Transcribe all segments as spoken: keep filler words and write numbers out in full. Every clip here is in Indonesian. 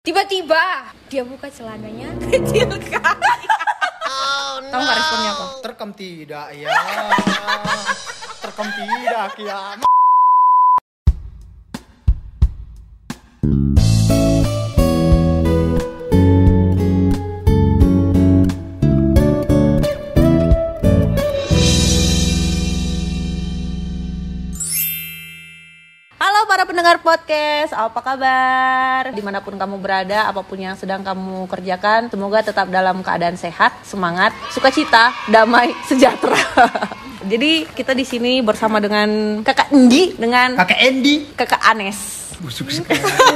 Tiba-tiba dia buka celananya kecil kali. Oh, no. Tahu nggak responnya apa? Terkam tidak ya. Terkam tidak ya. Para pendengar podcast, apa kabar? Dimanapun kamu berada, apapun yang sedang kamu kerjakan, semoga tetap dalam keadaan sehat, semangat, sukacita, damai, sejahtera. Jadi kita di sini bersama dengan Kakak Endi, dengan Kakak Endi, Kakak Anes. busuk sekali.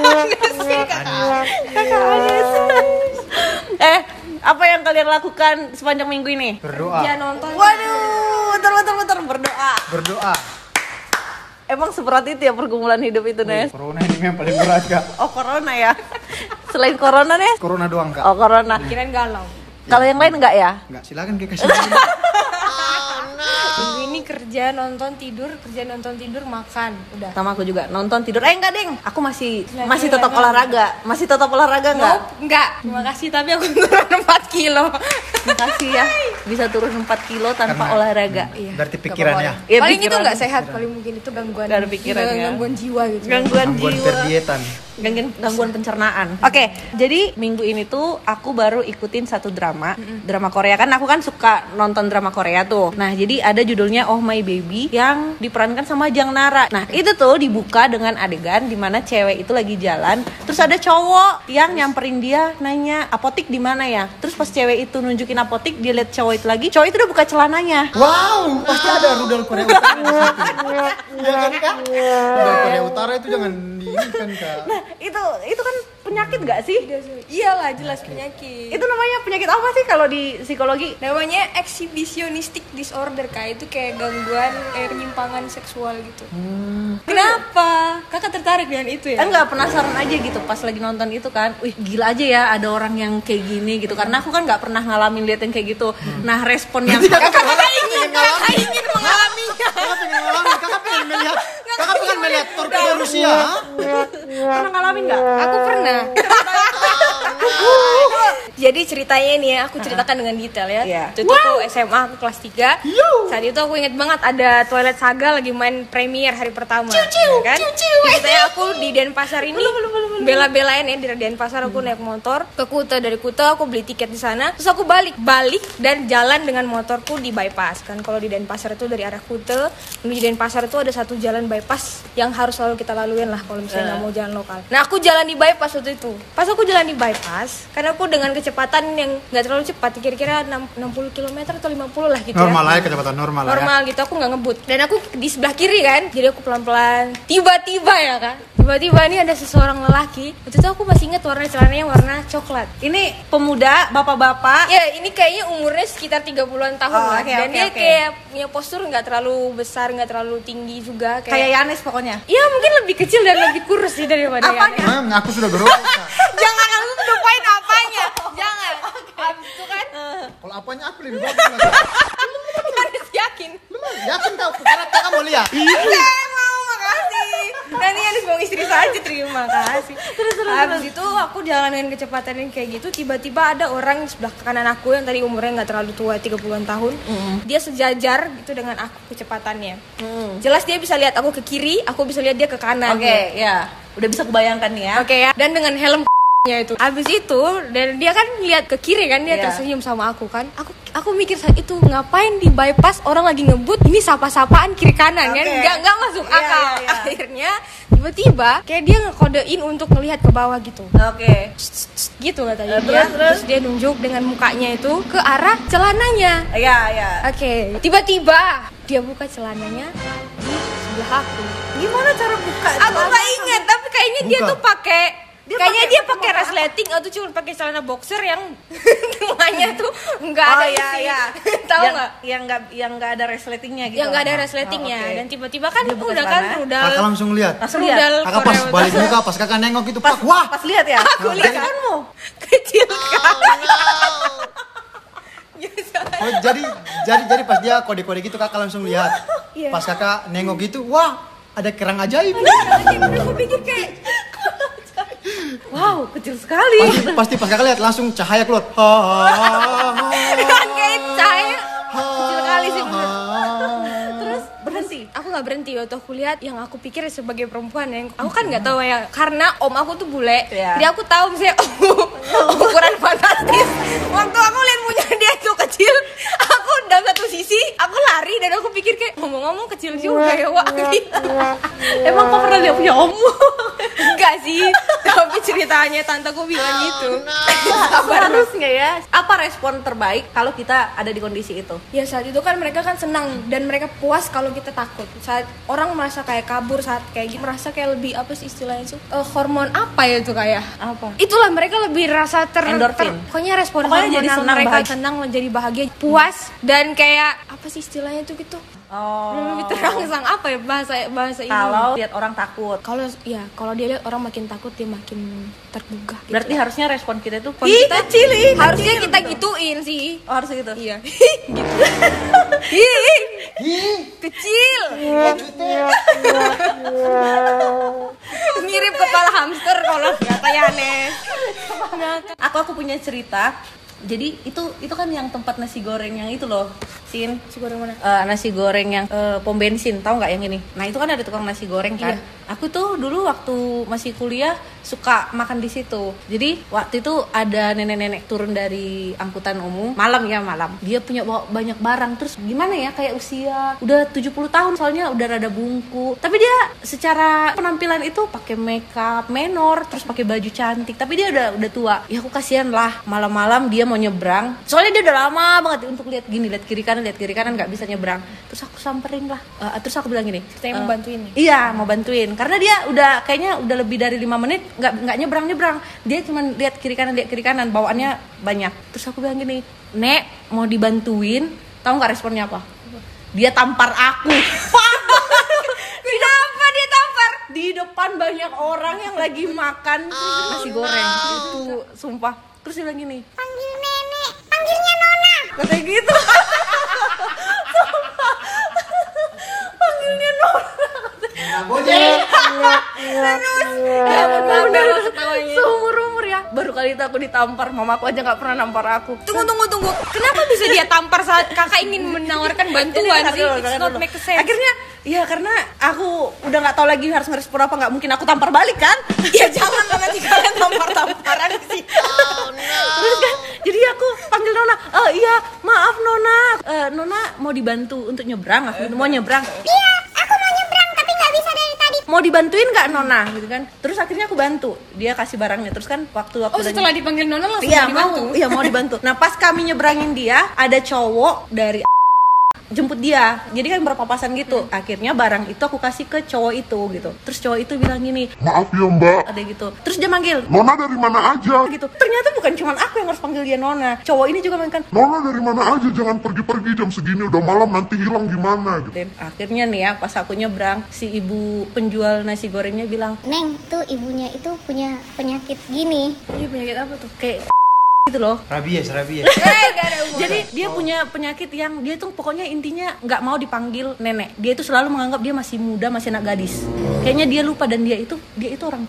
Kakak Anes. eh, apa yang kalian lakukan sepanjang minggu ini? Berdoa. Dia nonton. Waduh, betul-betul berdoa. Berdoa. Emang seberat itu ya pergumulan hidup itu, Nes? Corona ini yang paling berat, Kak. Oh, corona ya. Selain corona, Nes? Corona doang, Kak. Oh, corona. Kirain galau. Kalau yang lain enggak ya? Enggak, silakan Kak kasih dulu. Minggu ini kerja, nonton, tidur, kerja, nonton, tidur, makan. Udah. Sama aku juga, nonton, tidur. Eh, enggak, Deng. Aku masih Nah, masih enggak, tetap enggak, olahraga. Masih tetap olahraga enggak? Nope, enggak. Terima kasih, tapi aku turun empat kilo. Makasih ya. Bisa turun empat kilo tanpa Karena- olahraga. Iya. Berarti pikirannya. Iya, paling itu pikiran. enggak sehat, paling mungkin itu gangguan. Dari pikirannya. Gangguan jiwa gitu. Gangguan Gangguan jiwa. perdietan. Gangguan, gangguan pencernaan. Oke, jadi minggu ini tuh aku baru ikutin satu drama, drama Korea kan. Aku kan suka nonton drama Korea tuh. Nah, jadi ada judulnya Oh My Baby yang diperankan sama Jang Nara. Nah, itu tuh dibuka dengan adegan dimana cewek itu lagi jalan, terus ada cowok yang nyamperin dia, nanya apotik di mana ya. Terus pas cewek itu nunjukin apotik, dia lihat cowok itu lagi, cowok itu udah buka celananya. Wow, pasti ada rudal Korea Utara di situ. Iya kan, Kak? Rudal Korea Utara itu jangan diinginkan, Kak. Nah, itu itu kan penyakit gak sih? Iyalah, jelas penyakit. Itu namanya penyakit apa sih kalau di psikologi? Namanya exhibitionistic disorder, Kak. Itu kayak gangguan, kayak penyimpangan seksual gitu. Hmm. Kenapa? Kakak tertarik dengan itu ya? Enggak, penasaran aja gitu pas lagi nonton itu kan. Wih, gila aja ya ada orang yang kayak gini gitu. Karena aku kan nggak pernah ngalamin lihat yang kayak gitu. Nah, respon yang Kakak Kakak ingin, kakak ingin mengalaminya. Kakak pengen ngalamin, kakak pengen melihat, kakak pengen melihat torpedo Rusia. ha? pernah ngalamin nggak? Aku pernah. Jadi ceritanya nih ya, aku ceritakan dengan detail ya. Iya. Itu tuh aku S M A, aku kelas tiga. Saat itu aku inget banget ada Twilight Saga lagi main premier hari pertama. Ya kan? Ceritanya aku di Denpasar ini bela-belain ya, di Denpasar aku naik motor ke Kuta, dari Kuta aku beli tiket di sana. Terus aku balik, balik dan jalan dengan motorku di bypass. Kan kalau di Denpasar itu dari arah Kuta menuju Denpasar itu ada satu jalan bypass yang harus selalu kita laluin lah kalau misalnya nggak mau jalan lokal. Nah, aku jalan di bypass waktu itu. Pas aku jalan di bypass, karena aku dengan kecepatan yang nggak terlalu cepat, kira-kira enam puluh kilometer atau lima puluh lah gitu ya. Normal aja, kecepatan normal lah ya. Normal gitu, aku nggak ngebut. Dan aku di sebelah kiri kan, jadi aku pelan-pelan. Tiba-tiba ya kan, tiba-tiba ini ada seseorang lelaki. Waktu itu aku masih inget warna celananya warna coklat. Ini pemuda, bapak-bapak. Ya, ini kayaknya umurnya sekitar tiga puluhan tahun Oh, lah. oke, Dan oke, dia oke. kayak punya postur nggak terlalu besar, nggak terlalu tinggi juga. Kayak Yanes pokoknya. Ya mungkin lebih kecil dan lebih kurus sih daripada Apanya? Yana. Nah, aku sudah gerobak, Kak. Jangan langsung lupain apanya. Jangan. Abis itu kan Kalau apanya aku lebih bagus lah, Kak. Anis yakin. Yakin kau, karena kakak mau lihat. Saya mau, makasih. Nah ini Anis mau istri saja, terima kasih. Terus, terus, Habis itu aku jalan dengan kecepatan yang kayak gitu, tiba-tiba ada orang di sebelah kanan aku yang tadi umurnya nggak terlalu tua, tiga puluhan tahun. Dia sejajar gitu dengan aku kecepatannya. Jelas dia bisa lihat aku ke kiri, aku bisa lihat dia ke kanan. Oke, ya. Udah bisa kebayangkan nih ya. Oke ya. Dan dengan helm nya itu. Abis itu dan dia kan lihat ke kiri kan, dia Iya. tersenyum sama aku kan. Aku aku mikir saat itu ngapain di bypass orang lagi ngebut, ini sapa-sapaan kiri kanan kan. Oke. Nggak nggak masuk Iya, akal. iya, iya. Akhirnya tiba-tiba kayak dia ngekodein untuk ngelihat ke bawah gitu. Oke. Gitu katanya Eh, dia. terus, terus? Terus dia nunjuk dengan mukanya itu ke arah celananya. Iya, iya. Oke, tiba-tiba dia buka celananya di sebelah aku. Gimana cara buka? Aku celana? nggak inget, tapi kayaknya dia Buka. tuh pakai Dia kayaknya pakai- dia pakai pakai resleting atau cuma pakai celana boxer yang tengahnya tuh nggak Oh, ada iya, isi. iya. Tahu Yang- nggak? Yang nggak yang nggak ada resletingnya gitu. Yang nggak ada Oh, resletingnya. oke. Dan tiba-tiba kan Dia buka udah kan celana. rudal Kakak langsung lihat. Langsung lihat. rudal Kakak pas Korea balik Utara. muka, pas kakak nengok itu, Pas, pak, wah. pas lihat ya. Aku lihat. Kamu. Kecil kali. Biasa. Oh, jadi jadi jadi pas dia kode-kode gitu kakak langsung lihat. Iya. Pas kakak nengok gitu, wah, ada kerang ajaib. Aku pikir kayak wow kecil sekali. Pasti, pasti pas kakak lihat langsung cahaya keluar. Ha, ha, ha, Kan kayak cahaya kecil kali sih bener. Terus berhenti. Aku nggak berhenti waktu aku lihat yang aku pikir sebagai perempuan yang aku kan nggak tahu ya karena om aku tuh bule, Ya. jadi aku tahu misalnya oh, ukuran fantastis. Waktu aku lihat punya dia tuh kecil, aku dalam satu sisi aku lari dan aku pikir kayak ngomong-ngomong kecil juga ya wah gitu. Emang kau pernah lihat punya ommu? Enggak sih, tapi ceritanya tanteku bilang gitu. Harusnya ya. Apa respon terbaik kalau kita ada di kondisi itu? Ya saat itu kan mereka kan senang dan mereka puas kalau kita takut. Saat orang merasa kayak kabur saat kayak gitu merasa kayak lebih apa sih istilahnya itu? Uh, hormon apa ya itu kayak? Apa? Itulah mereka lebih rasa ter, Endorfin. ter pokoknya respon Pokoknya hormonal jadi senang, mereka bahagia. senang menjadi bahagia, puas dan kayak apa sih istilahnya itu gitu? Oh. Lebih terangsang apa ya bahasa bahasa ini? Kalau lihat orang takut. Kalau ya kalau dia lihat orang makin takut dia makin tergugah. Gitu. Berarti harusnya respon kita itu Ih, kecil, ih, harusnya kecil kita gitu. gituin sih. Oh, harus gitu. Iya. Gitu. Ih, Ih, kecil. maksudnya. Mirip kepala hamster kalau katanya aneh. Aku aku punya cerita. Jadi itu itu kan yang tempat nasi goreng yang itu loh, Sin. Nasi goreng mana? Eh, nasi goreng yang eh, pom bensin, tahu nggak yang ini? Nah itu kan ada tukang nasi goreng kan. Iya. Aku tuh dulu waktu masih kuliah suka makan di situ. Jadi waktu itu ada nenek-nenek turun dari angkutan umum malam ya malam. Dia punya bawa banyak barang. Terus gimana ya kayak usia udah tujuh puluh tahun soalnya udah rada bungku. Tapi dia secara penampilan itu pakai makeup menor, terus pakai baju cantik. Tapi dia udah udah tua. Ya aku kasihan lah malam-malam dia mau nyebrang. Soalnya dia udah lama banget untuk lihat gini, lihat kiri kanan, lihat kiri kanan nggak bisa nyebrang. Terus aku samperin lah. Eh, terus aku bilang gini. Saya mau eh, bantuin nih. Iya mau bantuin karena dia udah kayaknya udah lebih dari lima menit nggak nggak nyebrang nyebrang dia cuma lihat kiri kanan lihat kiri kanan bawaannya banyak. Terus aku bilang gini, Nek mau dibantuin, tahu nggak responnya apa? Dia tampar aku. Kenapa dia tampar? Di depan banyak orang yang lagi makan nasi goreng itu sumpah. Terus dia bilang gini, panggil nenek, panggilnya nona, katanya gitu. Sumpah. Panggilnya nona. Gojek. Terus ya ampun maaf ketawanya. Seumur-umur ya baru kali itu aku ditampar. Mamaku aja nggak pernah nampar aku. Tunggu tunggu tunggu. Kenapa bisa dia tampar saat kakak ingin menawarkan bantuan Ini, sih? dulu, It's dulu, not dulu. make sense. Akhirnya ya karena aku udah nggak tahu lagi harus ngerespon apa, nggak mungkin aku tampar balik kan. Ya jangan lah nanti kalian tampar-tamparan sih. Terus kan jadi aku panggil Nona, oh iya maaf Nona, Eh, Nona mau dibantu untuk nyebrang, aku mau nyebrang. Iya aku mau nyebrang tapi nggak bisa dari tadi. Mau dibantuin nggak Nona gitu kan. Terus akhirnya aku bantu, dia kasih barangnya. Terus kan waktu aku Oh setelah dipanggil Nona langsung iya dibantu? mau, iya mau dibantu. Nah pas kami nyebrangin dia ada cowok dari jemput dia, jadi kan berpapasan gitu. Akhirnya barang itu aku kasih ke cowok itu gitu. Terus cowok itu bilang gini, Maaf ya mbak, ada gitu. Terus dia manggil Nona dari mana aja? gitu. Ternyata bukan cuma aku yang harus panggil dia Nona, cowok ini juga main kan. Nona dari mana aja, jangan pergi-pergi jam segini, udah malam nanti hilang gimana gitu. Dan akhirnya nih ya pas aku nyebrang, si ibu penjual nasi gorengnya bilang, Neng, tuh ibunya itu punya penyakit gini. Iya penyakit apa tuh? kayak gitu loh. Rabies, rabies. Eh gak ada hubungan. Jadi dia punya penyakit yang dia tuh pokoknya intinya nggak mau dipanggil nenek. Dia itu selalu menganggap dia masih muda, masih anak gadis. Kayaknya dia lupa dan dia itu dia itu orang.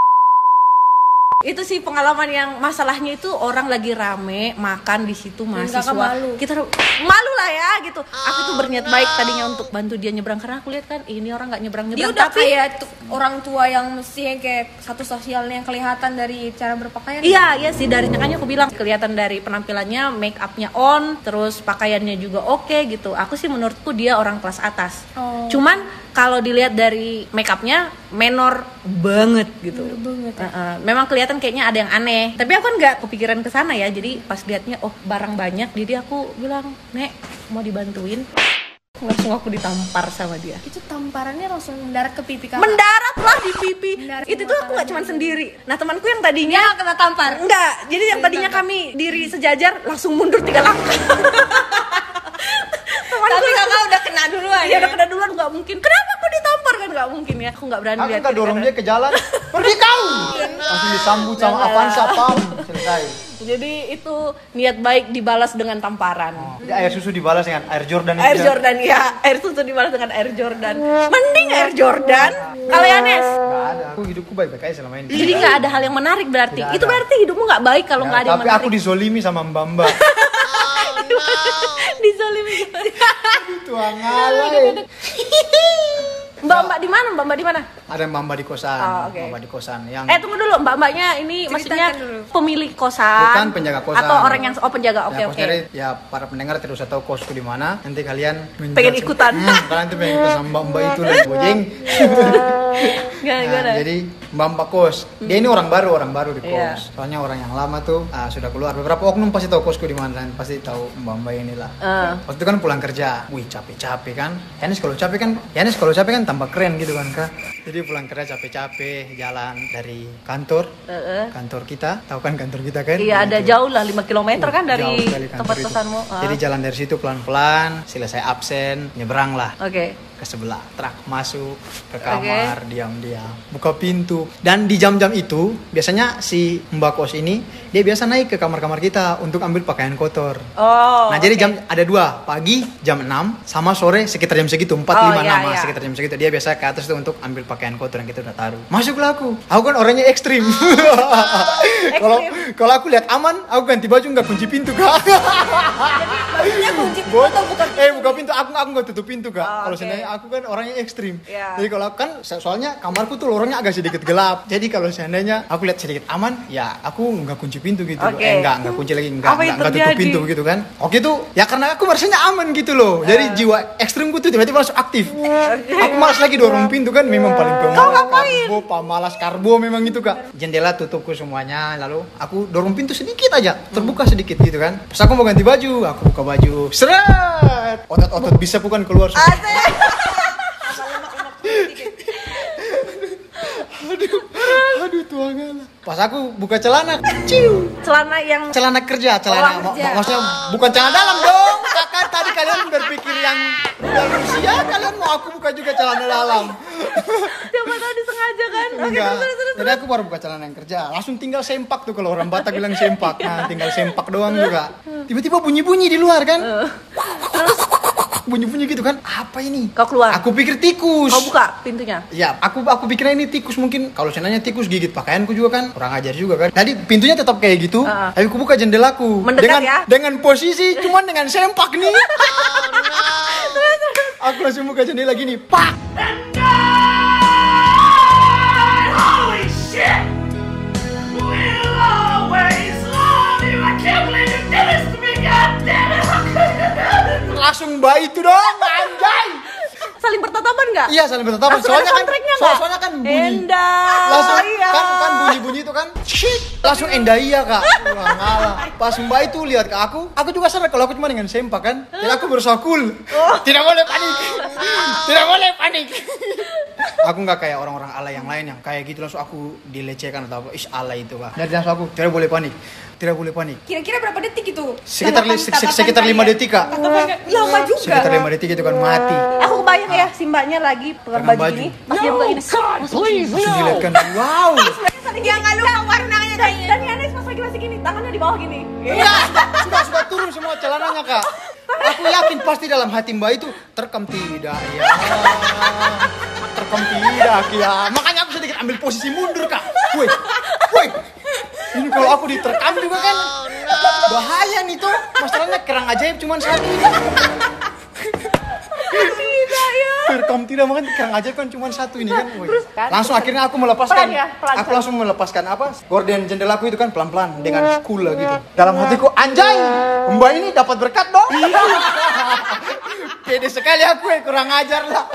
Itu sih pengalaman yang masalahnya itu orang lagi rame makan di situ mahasiswa. kakak malu. Kita malu lah ya gitu. Aku tuh berniat baik tadinya untuk bantu dia nyebrang karena aku lihat kan ini orang nggak nyebrang Dia nyebrang udah tapi kayak tu- orang tua yang mesti kayak satu sosialnya yang kelihatan dari cara berpakaian. iya iya sih dari makanya aku bilang kelihatan dari penampilannya, make upnya on, terus pakaiannya juga oke gitu. Aku sih menurutku dia orang kelas atas. Oh. Cuman kalau dilihat dari make upnya menor banget gitu. Menor banget ya? Uh-uh. Memang kelihatan kayaknya ada yang aneh. Tapi aku kan nggak kepikiran ke sana ya. Jadi pas liatnya oh barang banyak, jadi aku bilang Nek mau dibantuin. Langsung aku ditampar sama dia. Itu tamparannya langsung mendarat ke pipi kakak. Mendarat lah di pipi. Mendarat Itu ke tuh aku nggak makanan. cuma sendiri. Nah temanku yang tadinya Dia kena tampar. enggak, jadi yang tadinya kami diri sejajar langsung mundur tiga langkah. Temanku Tapi kakak udah kena duluan. ya udah kena duluan nggak mungkin. Kenapa aku ditampar kan nggak mungkin ya. Aku nggak berani Aku lihat nggak kiri dorong kanan. dia ke jalan. Pergi kau. Langsung disambut sama Jangan Avanza, lah. pam, selesai. Jadi itu niat baik dibalas dengan tamparan. Jadi air susu dibalas dengan air Jordan. Air itu ya. Jordan ya, air susu dibalas dengan air Jordan. Mending air Jordan. Kalau Yanes, Nggak ada. Aku hidupku baik-baik aja selama ini. jadi nggak ada hal yang menarik berarti. Tidak Itu ada. berarti hidupmu nggak baik kalau Ya, nggak ada yang tapi menarik. aku dizolimi sama Mbamba. Dizalimi. Tuhan Allah. Mbak Mbak di mana? Mbak Mbak di mana? Ada Mbamba di kosan. Oh, oke. Mbamba di kosan yang Eh tunggu dulu, Mbak Mbaknya ini maksudnya dulu. pemilik kosan. Bukan penjaga kosan. Atau orang yang oh penjaga. Oke ya, oke. maksudnya ya para pendengar tidak usah tahu kosku di mana. Nanti kalian menjudge- Pengen ikutan. Hmm, kalian tuh pengen ikutan sama Mbak-mbak itu lagi bojeng. Gimana Nah, gimana? jadi Mbak-mbak kos. Dia ini orang baru, orang baru di kos. Iya. Soalnya orang yang lama tuh ah, sudah keluar. Beberapa oknum pasti tahu kosku di mana dan pasti tahu Mbak-mbak inilah. Eh. Waktu itu kan pulang kerja. Wih, capek-capek kan. Yanis kalau capek kan, Yanis kalau capek kan tambah keren gitu kan, Kak. Jadi pulang kerja capek-capek jalan dari kantor. Heeh. Kantor kita, tahu kan kantor kita kan? Iya ada Itu. jauh lah lima kilometer kan Jauh dari sekali kantor tempat itu. kosanmu. Ah. Jadi jalan dari situ pelan-pelan, selesai absen, nyebrang lah Oke. ke sebelah, truk masuk ke kamar, diam-diam, buka pintu. Dan di jam-jam itu biasanya si Mbak kos ini dia biasa naik ke kamar-kamar kita untuk ambil pakaian kotor. Oh. Nah, jadi oke. jam ada dua, pagi jam enam sama sore sekitar jam segitu, empat Oh, lima iya, enam iya. sekitar jam segitu dia biasa ke atas tuh untuk ambil pakaian kotor yang kita udah taruh. Masuklah aku. Aku kan orangnya ekstrim. Kalau kalau aku lihat aman, aku ganti baju nggak kunci pintu, Kak. Maksudnya kunci pintu Buat- atau bukan? Eh buka pintu, aku aku nggak tutup pintu, Kak. Oh, Kalau oke. seandainya aku kan orangnya ekstrim. Iya. Jadi kalau kan so- soalnya kamarku tuh lorongnya agak sedikit gelap. Jadi kalau seandainya aku lihat sedikit aman, ya aku nggak kunci pintu gitu. Oke. Eh enggak, enggak kunci lagi, enggak, Apa yang enggak, enggak tutup terjadi? pintu gitu kan. Oke tuh, ya karena aku merasanya aman gitu loh. Jadi jiwa ekstrimku tuh tiba-tiba langsung aktif. Aku malas lagi dorong pintu kan, memang paling pemalas karbo, pemalas karbo memang itu, Kak. Jendela tutupku semuanya, lalu aku dorong pintu sedikit aja, terbuka sedikit gitu kan. Pas aku mau ganti baju, aku buka baju, seret, otot-otot bisa bukan keluar semua. Aduh, aduh Tuhan Allah. Pas aku buka celana, ciu, Celana yang celana kerja, celana, Oh, mak- kerja. mak- maksudnya bukan celana dalam dong. Kakak tadi kalian berpikir yang udah Rusia, kalian mau aku buka juga celana dalam. siapa tahu disengaja kan? Oke Enggak. terus terus terus. Jadi aku baru buka celana yang kerja, langsung tinggal sempak tuh kalau orang Batak bilang sempak. Nah, tinggal sempak doang juga. Tiba-tiba bunyi-bunyi di luar kan. Bunyi-bunyi gitu kan. Apa ini? Kau keluar. Aku pikir tikus. Kau buka pintunya. Ya, aku aku pikirnya ini tikus mungkin. Kalau senanya tikus gigit pakaianku juga kan, kurang ajar juga kan. Tadi pintunya tetap kayak gitu, Uh-uh. tapi aku buka jendelaku Mendekat dengan ya? dengan posisi cuman dengan sempak nih. Aku langsung buka jendela gini, pak. Holy shit! We'll always love you. I can't believe you did this to me. God damn it! How could you do this? Langsung bayi itu dong, anjay. Saling bertatapan nggak? Iya, saling bertatapan. Langsung Soalnya ada kan, soundtracknya soal, nggak? soalnya kan bunyi. Enda. Langsung iya. kan kan bunyi-bunyi itu kan. Shit, langsung enda iya, Kak. Wah, ngalah. Pas Mbak itu lihat ke aku, aku juga sadar kalau aku cuma dengan sempak kan. Jadi aku berusaha cool. Tidak boleh panik. Tidak boleh panik. Aku nggak kayak orang-orang alay yang lain yang kayak gitu langsung aku dilecehkan atau apa. Ish, alay itu, Kak. Jadi langsung aku tidak boleh panik. Tidak boleh panik. Kira-kira berapa detik itu? Sekitar li- Tatapan- sek- sekitar tatapan lima kalian. detik, Kak. Tatapan kalian. Lama juga. Sekitar lima detik itu kan mati. Aku kebayang ya si mbaknya lagi pegang Pegang baju baju. gini. Pas dia buka ini. Langsung Langsung dilihat kan. Wow. Dia nggak lupa warnanya Dan, kayaknya. dan Yanes pas lagi masih gini, tangannya di bawah gini. Enggak, sudah sudah turun semua celananya, Kak. Aku yakin pasti dalam hati Mbak itu terkam tidak ya. Terkam tidak ya. Makanya aku sedikit ambil posisi mundur, Kak. Woi. Woi. Ini kalau aku diterkam juga kan bahaya nih tuh. Masalahnya kerang ajaib cuma satu ini. Tidak ya. Terkam tidak, makanya kerang ajaib kan cuma satu ini kan. Woi. kan? Langsung akhirnya aku melepaskan. Pelan ya, pelan, Aku pelan. langsung melepaskan apa? Gorden jendelaku itu kan pelan-pelan dengan cool lah gitu. Dalam hatiku, anjay, Mbak ini dapat berkat dong. Pede sekali aku, eh, kurang ajar lah.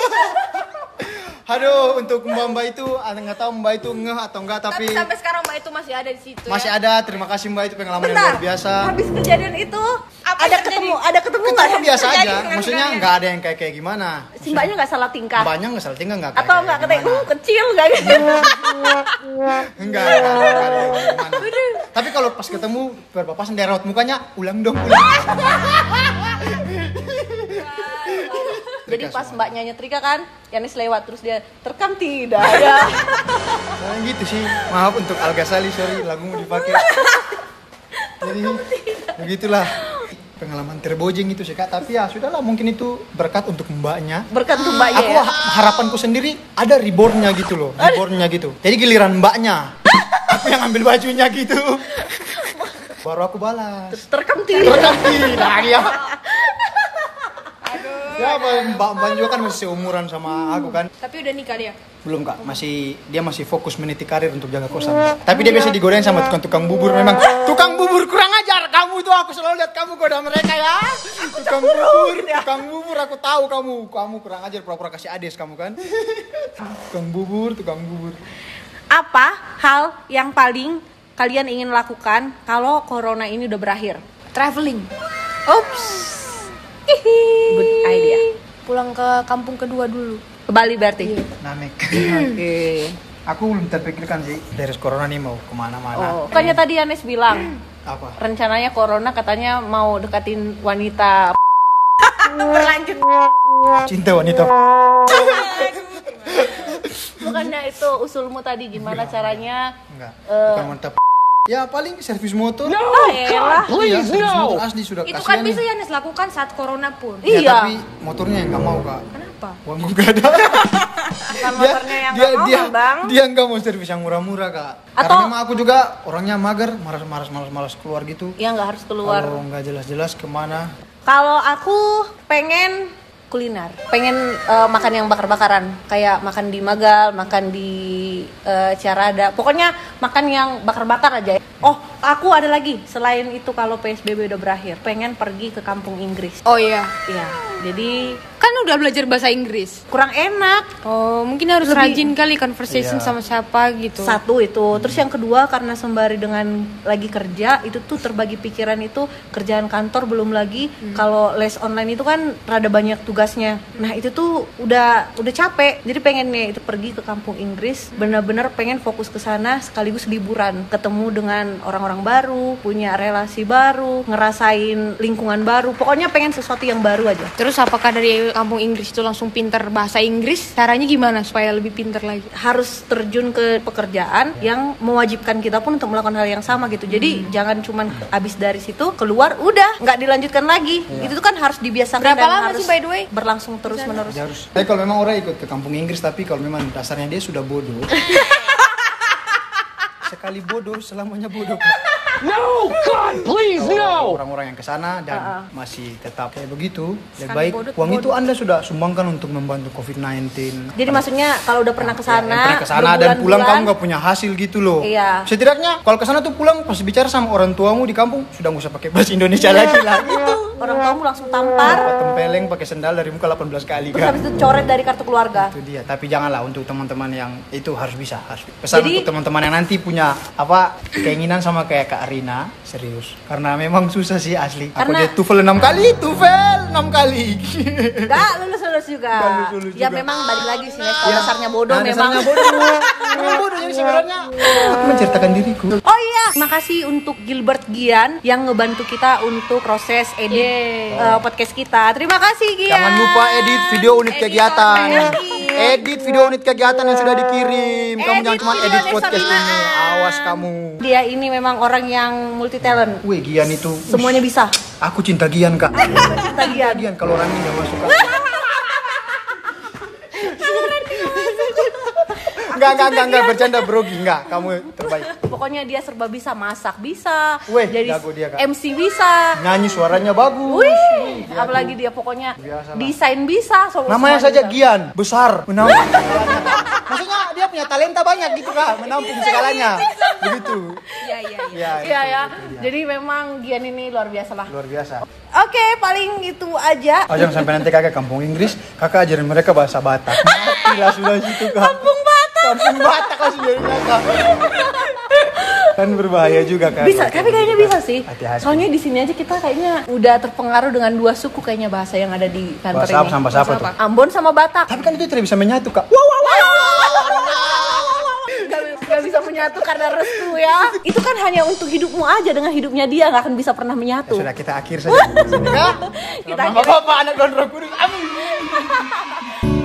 Aduh, untuk mbak-mbak itu, nggak tahu mbak itu ngeh atau enggak, tapi, Tapi sampai sekarang Mbak itu masih ada di situ. masih ya? ada. Terima kasih mbak, itu pengalaman yang Bentar. luar biasa. Habis kejadian itu Apa ada yang ketemu, terjadi? ada ketemu nggak? Ketemu biasa terjadi aja, dengan maksudnya kalian? nggak ada yang kayak kayak gimana. Si mbaknya nggak salah tingkah. Mbaknya nggak salah tinggal nggak kayak Atau nggak kata, uh kecil nggak gitu. Enggak, enggak, enggak ada yang gimana. Tapi kalau pas ketemu berpapasan dari raut mukanya, ulang dong, ulang. Jadi pas semua. Mbaknya nyetrika kan, Yanes lewat terus dia terekam tidak ya. Nah, gitu sih. Maaf untuk Al Ghazali, sorry lagumu dipakai. Jadi begitulah pengalaman terbojeng itu sih Kak, tapi ya sudahlah, mungkin itu berkat untuk mbaknya. Berkat untuk mbaknya. Aku ya? harapanku sendiri ada rebornnya gitu loh, rebornnya gitu. Jadi giliran mbaknya, aku yang ambil bajunya gitu. Baru aku balas. Terus terekam tidak. Terekam tidak ya. Ya, mbak-mbak juga kan masih seumuran sama aku kan. Tapi udah nikah dia? Belum Kak, masih dia masih fokus meniti karir untuk jaga kosan. Tapi dia biasa digodain sama tukang-tukang bubur memang. Tukang bubur kurang ajar kamu tuh, aku selalu lihat kamu goda mereka ya. Tukang bubur, tukang bubur aku tahu kamu. Kamu kurang ajar, pura-pura kasih ades kamu kan. Tukang bubur, tukang bubur. Apa hal yang paling kalian ingin lakukan kalau corona ini udah berakhir? Traveling. Oops. Good idea. Pulang ke kampung kedua dulu. Ke Bali berarti? Iya. Namek. Oke. Aku belum terpikirkan sih dari corona nih mau kemana-mana. Oh. Bukannya tadi Yanes bilang Apa? rencananya corona katanya mau dekatin wanita. Berlanjut. Cinta wanita. Bukannya itu usulmu tadi gimana caranya? Enggak. Eh. Bukan mantap. Ya paling servis motor. Oh, elah. Iya, servis motor asli sudah Itu kasihan kan bisa nih. Yanes lakukan saat corona pun. Ya, Iya. tapi motornya yang nggak mau Kak. Kenapa? Uangku nggak ada. Bukan motornya yang dia, nggak mau, dia, Bang. dia nggak mau servis yang murah-murah Kak. Atau- Karena memang aku juga orangnya mager, malas-malas malas-malas keluar gitu. Ya nggak harus keluar. Kalau nggak jelas-jelas kemana. Kalau aku pengen kuliner, pengen uh, makan yang bakar-bakaran, kayak makan di Magal, makan di uh, Ciarada, pokoknya makan yang bakar-bakar aja. Oh, aku ada lagi selain itu kalau P S B B udah berakhir, pengen pergi ke kampung Inggris. Oh iya. Iya, jadi Kan udah belajar bahasa Inggris. kurang enak. Oh, mungkin harus Lebih- rajin kali conversation Iya. sama siapa gitu. Satu itu, terus yang kedua karena sembari dengan lagi kerja itu tuh terbagi pikiran itu kerjaan kantor belum lagi kalau les online itu kan rada banyak tugasnya. Nah itu tuh udah udah capek, jadi pengennya itu pergi ke kampung Inggris, benar-benar pengen fokus ke sana sekaligus liburan, ketemu dengan orang-orang baru, punya relasi baru, ngerasain lingkungan baru, pokoknya pengen sesuatu yang baru aja. Terus apakah dari kampung Inggris itu langsung pinter bahasa Inggris? Caranya gimana supaya lebih pinter lagi? Harus terjun ke pekerjaan yang mewajibkan kita pun untuk melakukan hal yang sama gitu. Jadi jangan cuman habis dari situ keluar udah nggak dilanjutkan lagi. Itu tuh kan harus dibiasakan. Berapa dan lama harus sih, by the way? berlangsung terus menerus. Dia harus. Tapi kalau memang orang ikut ke kampung Inggris, tapi kalau memang dasarnya dia sudah bodoh. Sekali bodoh, selamanya bodoh. No, God, please, no! Orang-orang yang ke sana dan Uh-uh. masih tetap kayak begitu, lebih Sekali baik bodoh, uang bodoh. itu Anda sudah sumbangkan untuk membantu covid sembilan belas. Jadi maksudnya kalau udah pernah ke sana, yang pernah ke sana dan pulang kamu nggak punya hasil gitu loh. Iya. Setidaknya kalau ke sana tuh pulang pas bicara sama orang tuamu di kampung sudah nggak usah pakai bahasa Indonesia lagi lah. Gitu. orang tuamu langsung tampar, Dapat tempeleng pakai sendal dari muka delapan belas kali terus kan. habis itu coret dari kartu keluarga. Itu dia. Tapi janganlah untuk teman-teman yang itu harus bisa. Harus. Pesan Jadi- untuk teman-teman yang nanti punya apa keinginan sama kayak Kak Rina, serius. Karena memang susah sih asli. Aku Karena- dia TOEFL enam kali, TOEFL enam kali. Gak lulus-lulus juga. Nggak lulus-lulus Ya juga. memang balik lagi sih, Nes. Kalau dasarnya bodoh Nah, memang. dasarnya bodoh. Memang bodoh jadi sebenarnya aku menceritakan diriku. Oh iya, makasih untuk Gilbert Gian yang ngebantu kita untuk proses edit Yeay. uh, podcast kita. Terima kasih Gian. Jangan lupa edit video unit Editor kegiatan. edit. Edit video unit kegiatan yang sudah dikirim. Kamu Edit jangan cuma video edit Nesa podcast ini. Binaan. Awas kamu. Dia ini memang orang yang multi talent. Wih, Gian itu. Semuanya bisa. Aku cinta Gian, Kak. Kita Gian. Gian kalau orangnya nggak masuk. Kak. Enggak, enggak, enggak, enggak, bercanda brogi, enggak. Kamu terbaik. Pokoknya dia serba bisa, masak bisa, Weh, jadi jago dia, Kak. M C bisa. Nyanyi suaranya bagus. Wih, apalagi dia pokoknya Biasa lah. desain bisa. so- Namanya semuanya saja bisa. Gian, besar, menampung segalanya. Maksudnya dia punya talenta banyak gitu, Kak, menampung segalanya. Begitu. Iya, iya, iya. Ya, Iya itu, ya. itu dia. Jadi memang Gian ini luar biasa lah. Luar biasa. Oke, paling itu aja. Oh, jangan sampai nanti kakak kampung Inggris, kakak ajarin mereka bahasa Batak. Matilah sudah situ, Kak. Kampung Batak. Kampung Batak langsung jadinya, Kak. Kan berbahaya juga, Kak. Bisa, tapi kayaknya bisa sih. Hati-hati. Soalnya di sini aja kita kayaknya udah terpengaruh dengan dua suku kayaknya bahasa yang ada di kantor Bahasa apa ini. sama bahasa apa tuh? Ambon sama Batak. Tapi kan itu tidak bisa menyatu, Kak. Wow, wow, wow. Gak, gak bisa menyatu menyatu karena restu ya. Itu kan hanya untuk hidupmu aja, dengan hidupnya dia nggak akan bisa pernah menyatu. Ya sudah kita akhir saja. Kita Kita akhir. Bapak anak gondrong kudus. Amin.